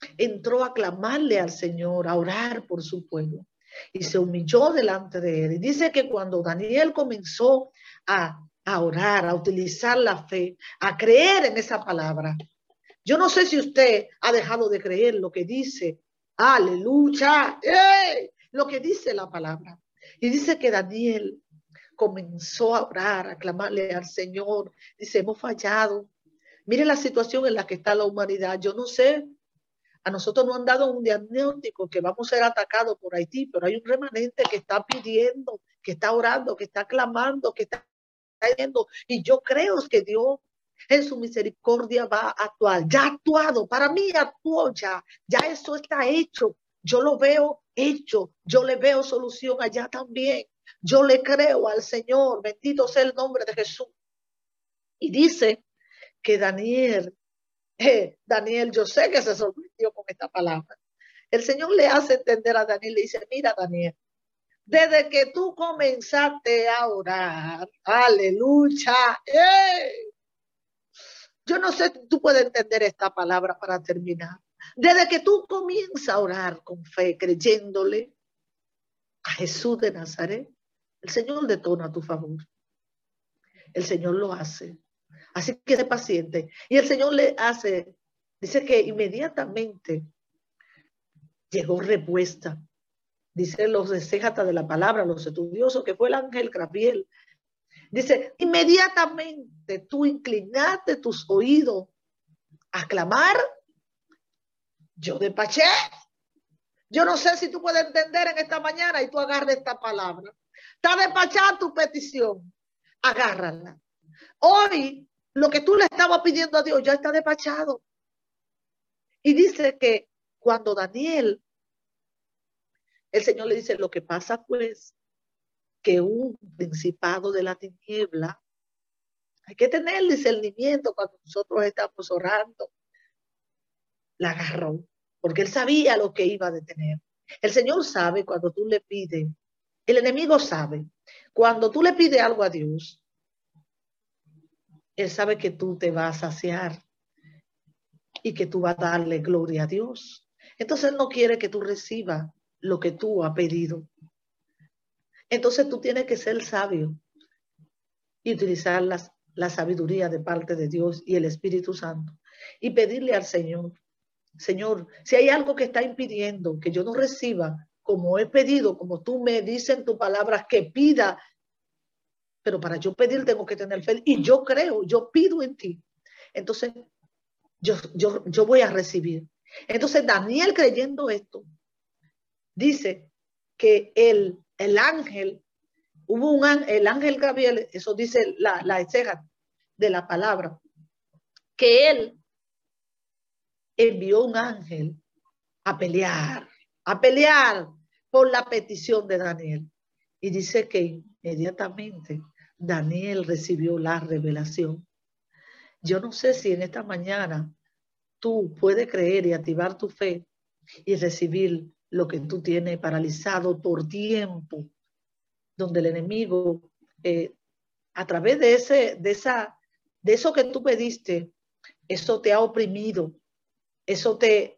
Speaker 2: entró a clamarle al Señor, a orar por su pueblo y se humilló delante de él. Y dice que cuando Daniel comenzó a orar, a utilizar la fe, a creer en esa palabra, yo no sé si usted ha dejado de creer lo que dice, aleluya, lo que dice la palabra. Y dice que Daniel comenzó a orar, a clamarle al Señor. Dice, hemos fallado. Mire la situación en la que está la humanidad. Yo no sé, a nosotros nos han dado un diagnóstico que vamos a ser atacados por Haití, pero hay un remanente que está pidiendo, que está orando, que está clamando, que está yendo. Y yo creo que Dios en su misericordia va a actuar. Ya ha actuado, para mí actuó ya eso está hecho. Yo lo veo hecho, yo le veo solución allá también. Yo le creo al Señor, bendito sea el nombre de Jesús. Y dice que Daniel, yo sé que se sorprendió con esta palabra. El Señor le hace entender a Daniel, le dice, mira Daniel, desde que tú comenzaste a orar, aleluya, yo no sé si tú puedes entender esta palabra para terminar. Desde que tú comienzas a orar con fe, creyéndole a Jesús de Nazaret, el Señor detona a tu favor. El Señor lo hace. Así que sé paciente. Y el Señor le hace, dice que inmediatamente llegó respuesta. Dice los exégetas de la palabra, los estudiosos, que fue el ángel Gabriel. Dice, inmediatamente tú inclinaste tus oídos a clamar, yo despaché. Yo no sé si tú puedes entender en esta mañana y tú agarras esta palabra. Está despachada tu petición, agárrala. Hoy, lo que tú le estabas pidiendo a Dios ya está despachado. Y dice que cuando Daniel, el Señor le dice, lo que pasa pues, que un principado de la tiniebla, hay que tener discernimiento cuando nosotros estamos orando, la agarró, porque él sabía lo que iba a detener. El Señor sabe cuando tú le pides, el enemigo sabe, cuando tú le pides algo a Dios, él sabe que tú te vas a saciar y que tú vas a darle gloria a Dios. Entonces él no quiere que tú recibas lo que tú has pedido. Entonces tú tienes que ser sabio y utilizar la sabiduría de parte de Dios y el Espíritu Santo y pedirle al Señor, Señor, si hay algo que está impidiendo que yo no reciba como he pedido, como tú me dices en tu palabra que pida, pero para yo pedir tengo que tener fe y yo creo, yo pido en ti. Entonces yo voy a recibir. Entonces Daniel, creyendo esto, dice que el ángel, el ángel Gabriel, eso dice la exégesis de la palabra, que él envió un ángel a pelear por la petición de Daniel. Y dice que inmediatamente Daniel recibió la revelación. Yo no sé si en esta mañana tú puedes creer y activar tu fe y recibir lo que tú tienes paralizado por tiempo, donde el enemigo, a través de eso que tú pediste, eso te ha oprimido, eso te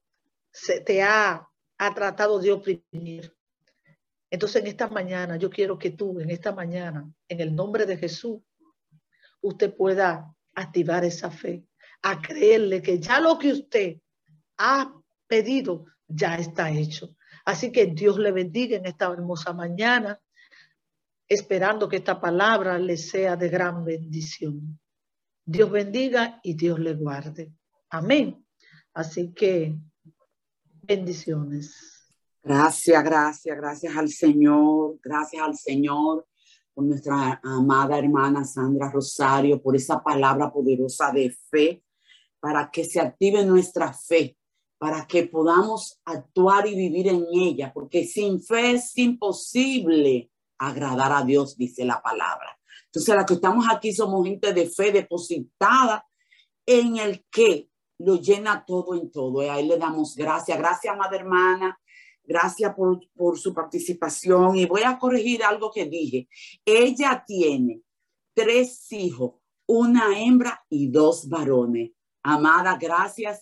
Speaker 2: ha tratado de oprimir. Entonces en esta mañana, yo quiero que tú, en esta mañana, en el nombre de Jesús, usted pueda activar esa fe, a creerle que ya lo que usted ha pedido ya está hecho. Así que Dios le bendiga en esta hermosa mañana, esperando que esta palabra le sea de gran bendición. Dios bendiga y Dios le guarde. Amén. Así que bendiciones.
Speaker 3: Gracias al Señor. Gracias al Señor por nuestra amada hermana Sandra Rosario, por esa palabra poderosa de fe, para que se active nuestra fe, para que podamos actuar y vivir en ella, porque sin fe es imposible agradar a Dios, dice la palabra. Entonces, los que estamos aquí somos gente de fe depositada en el que lo llena todo en todo. Y ahí le damos gracias. Gracias, amada hermana. Gracias por su participación. Y voy a corregir algo que dije. Ella tiene 3 hijos, una hembra y 2 varones. Amada, gracias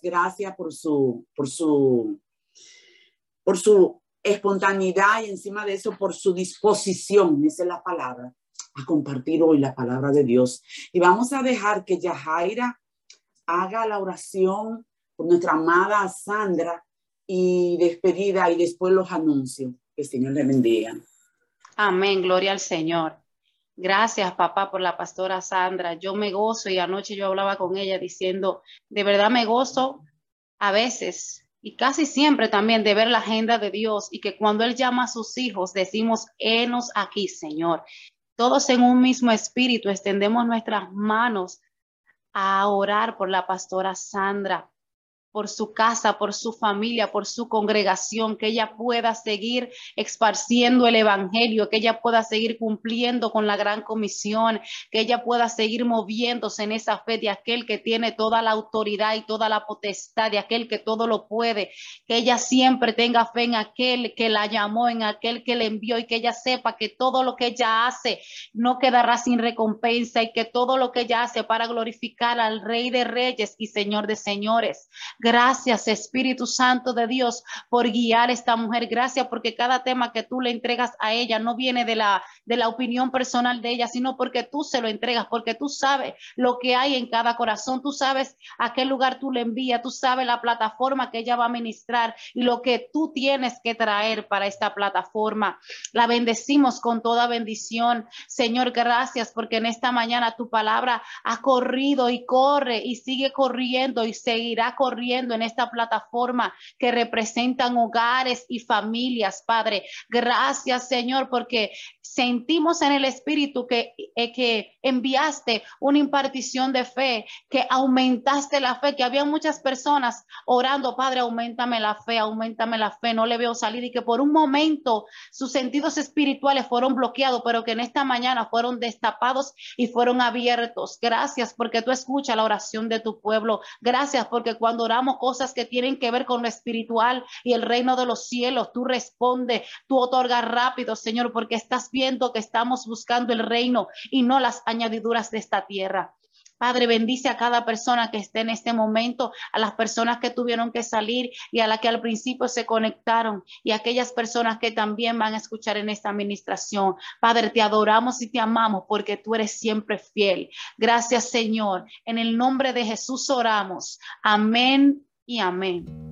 Speaker 3: por su espontaneidad y encima de eso por su disposición, esa es la palabra, a compartir hoy la palabra de Dios. Y vamos a dejar que Yajaira haga la oración por nuestra amada Sandra y despedida y después los anuncios. Que el Señor le bendiga.
Speaker 4: Amén, gloria al Señor. Gracias, papá, por la pastora Sandra. Yo me gozo y anoche yo hablaba con ella diciendo, de verdad me gozo a veces y casi siempre también de ver la agenda de Dios y que cuando Él llama a sus hijos decimos, henos aquí, Señor. Todos en un mismo espíritu extendemos nuestras manos a orar por la pastora Sandra, por su casa, por su familia, por su congregación, que ella pueda seguir esparciendo el evangelio, que ella pueda seguir cumpliendo con la gran comisión, que ella pueda seguir moviéndose en esa fe de aquel que tiene toda la autoridad y toda la potestad, de aquel que todo lo puede, que ella siempre tenga fe en aquel que la llamó, en aquel que le envió y que ella sepa que todo lo que ella hace no quedará sin recompensa y que todo lo que ella hace para glorificar al Rey de Reyes y Señor de Señores. Gracias, Espíritu Santo de Dios, por guiar a esta mujer. Gracias porque cada tema que tú le entregas a ella no viene de la opinión personal de ella, sino porque tú se lo entregas, porque tú sabes lo que hay en cada corazón, tú sabes a qué lugar tú le envías, tú sabes la plataforma que ella va a ministrar y lo que tú tienes que traer para esta plataforma. La bendecimos con toda bendición. Señor, gracias porque en esta mañana tu palabra ha corrido y corre y sigue corriendo y seguirá corriendo en esta plataforma que representan hogares y familias, Padre. Gracias, Señor, porque sentimos en el Espíritu que enviaste una impartición de fe, que aumentaste la fe, que había muchas personas orando, Padre, aumentame la fe, no le veo salir, y que por un momento sus sentidos espirituales fueron bloqueados, pero que en esta mañana fueron destapados y fueron abiertos. Gracias porque tú escuchas la oración de tu pueblo. Gracias porque cuando oramos cosas que tienen que ver con lo espiritual y el reino de los cielos, tú respondes, tú otorgas rápido, Señor, porque estás viendo que estamos buscando el reino y no las añadiduras de esta tierra. Padre, bendice a cada persona que esté en este momento, a las personas que tuvieron que salir y a las que al principio se conectaron y a aquellas personas que también van a escuchar en esta administración. Padre, te adoramos y te amamos porque tú eres siempre fiel. Gracias, Señor. En el nombre de Jesús oramos. Amén y amén.